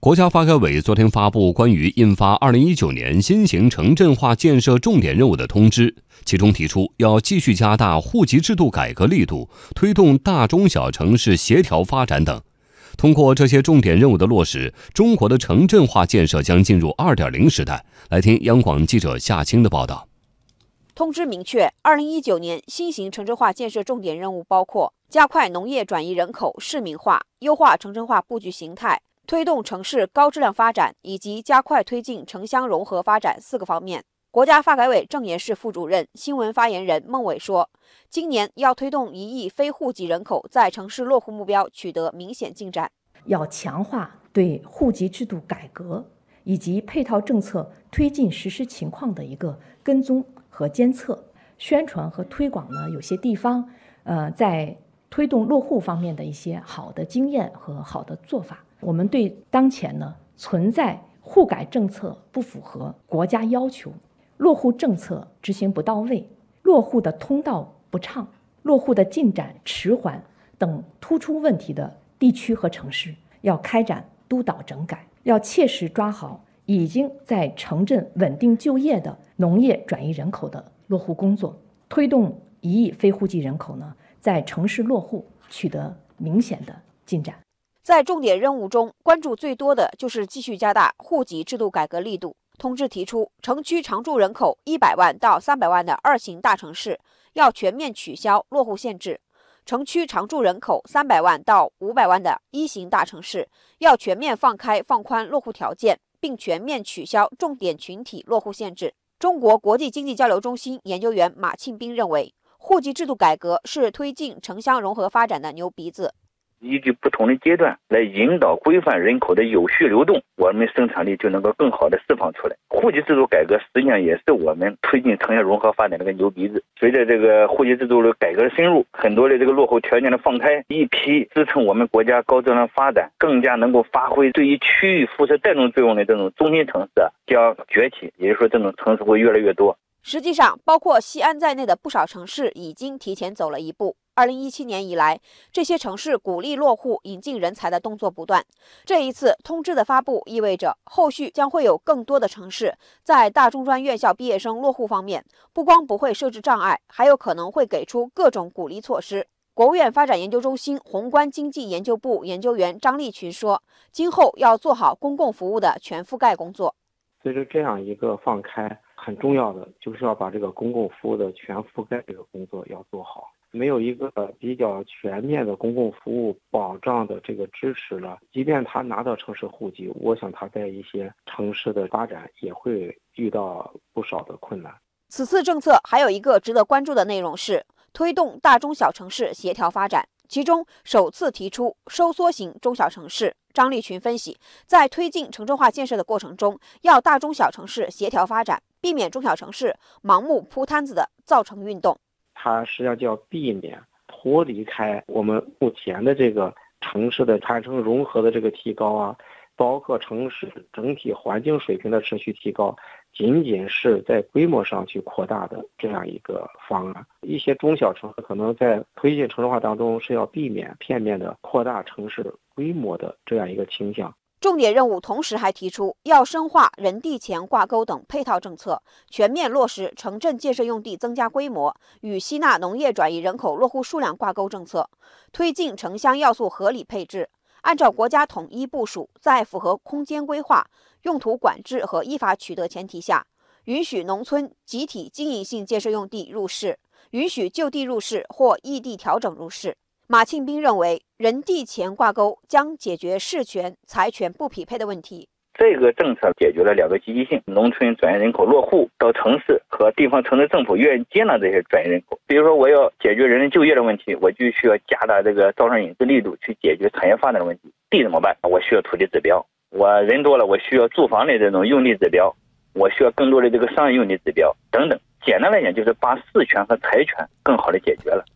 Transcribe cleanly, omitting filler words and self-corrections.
国家发改委昨天发布关于印发2019年新型城镇化建设重点任务的通知，其中提出要继续加大户籍制度改革力度，推动大中小城市协调发展等。通过这些重点任务的落实，中国的城镇化建设将进入 2.0 时代。来听央广记者夏青的报道。 通知明确，2019年新型城镇化建设重点任务包括加快农业转移人口市民化，优化城镇化布局形态，推动城市高质量发展，以及加快推进城乡融合发展4个方面。国家发改委政研室副主任、新闻发言人孟伟说，今年要推动1亿非户籍人口在城市落户目标取得明显进展， 要强化对户籍制度改革以及配套政策推进实施情况的一个跟踪和监测，宣传和推广呢，有些地方在推动落户方面的一些好的经验和好的做法。我们对当前呢存在户改政策不符合国家要求，落户政策执行不到位，落户的通道不畅，落户的进展迟缓等突出问题的地区和城市，要开展督导整改，要切实抓好已经在城镇稳定就业的农业转移人口的落户工作，推动1亿非户籍人口呢在城市落户取得明显的进展。 在重点任务中，关注最多的就是继续加大户籍制度改革力度。通知提出，城区常住人口100万到300万的2型大城市要全面取消落户限制，城区常住人口300万到500万的1型大城市要全面放宽落户条件，并全面取消重点群体落户限制。中国国际经济交流中心研究员马庆斌认为，户籍制度改革是推进城乡融合发展的牛鼻子。 依据不同的阶段来引导规范人口的有序流动，我们生产力就能够更好的释放出来。户籍制度改革实际上也是我们推进城乡融合发展的一个牛鼻子。随着这个户籍制度的改革的深入，很多的这个落后条件的放开，一批支撑我们国家高质量发展，更加能够发挥对于区域辐射带动作用的这种中心城市将崛起，也就是说这种城市会越来越多。 实际上，包括西安在内的不少城市已经提前走了一步。2017年以来，这些城市鼓励落户、引进人才的动作不断。这一次通知的发布，意味着后续将会有更多的城市在大中专院校毕业生落户方面，不光不会设置障碍，还有可能会给出各种鼓励措施。国务院发展研究中心宏观经济研究部研究员张立群说，今后要做好公共服务的全覆盖工作。 随着这样一个放开，很重要的就是要把这个公共服务的全覆盖这个工作要做好。没有一个比较全面的公共服务保障的这个支持了，即便他拿到城市户籍，我想他在一些城市的发展也会遇到不少的困难。 此次政策还有一个值得关注的内容是推动大中小城市协调发展，其中首次提出收缩型中小城市。张立群分析，在推进城镇化建设的过程中，要大中小城市协调发展，避免中小城市盲目铺摊子的造成运动。 它实际上就要避免脱离开我们目前的这个城市的产生融合的这个提高包括城市整体环境水平的持续提高，仅仅是在规模上去扩大的这样一个方案。一些中小城市可能在推进城镇化当中是要避免片面的扩大城市规模的这样一个倾向。 重点任务同时还提出，要深化人地钱挂钩等配套政策，全面落实城镇建设用地增加规模与吸纳农业转移人口落户数量挂钩政策，推进城乡要素合理配置，按照国家统一部署，在符合空间规划、用途管制和依法取得前提下，允许农村集体经营性建设用地入市，允许就地入市或异地调整入市。马庆斌认为，人地钱挂钩将解决市权、财权不匹配的问题。 这个政策解决了2个积极性：农村转移人口落户到城市和地方城市政府愿意接纳这些转移人口。比如说，我要解决人力就业的问题，我就需要加大这个招商引资力度去解决产业发展的问题。地怎么办？我需要土地指标。我人多了，我需要住房的这种用地指标，我需要更多的这个商业用地指标等等。简单来讲，就是把市权和财权更好的解决了。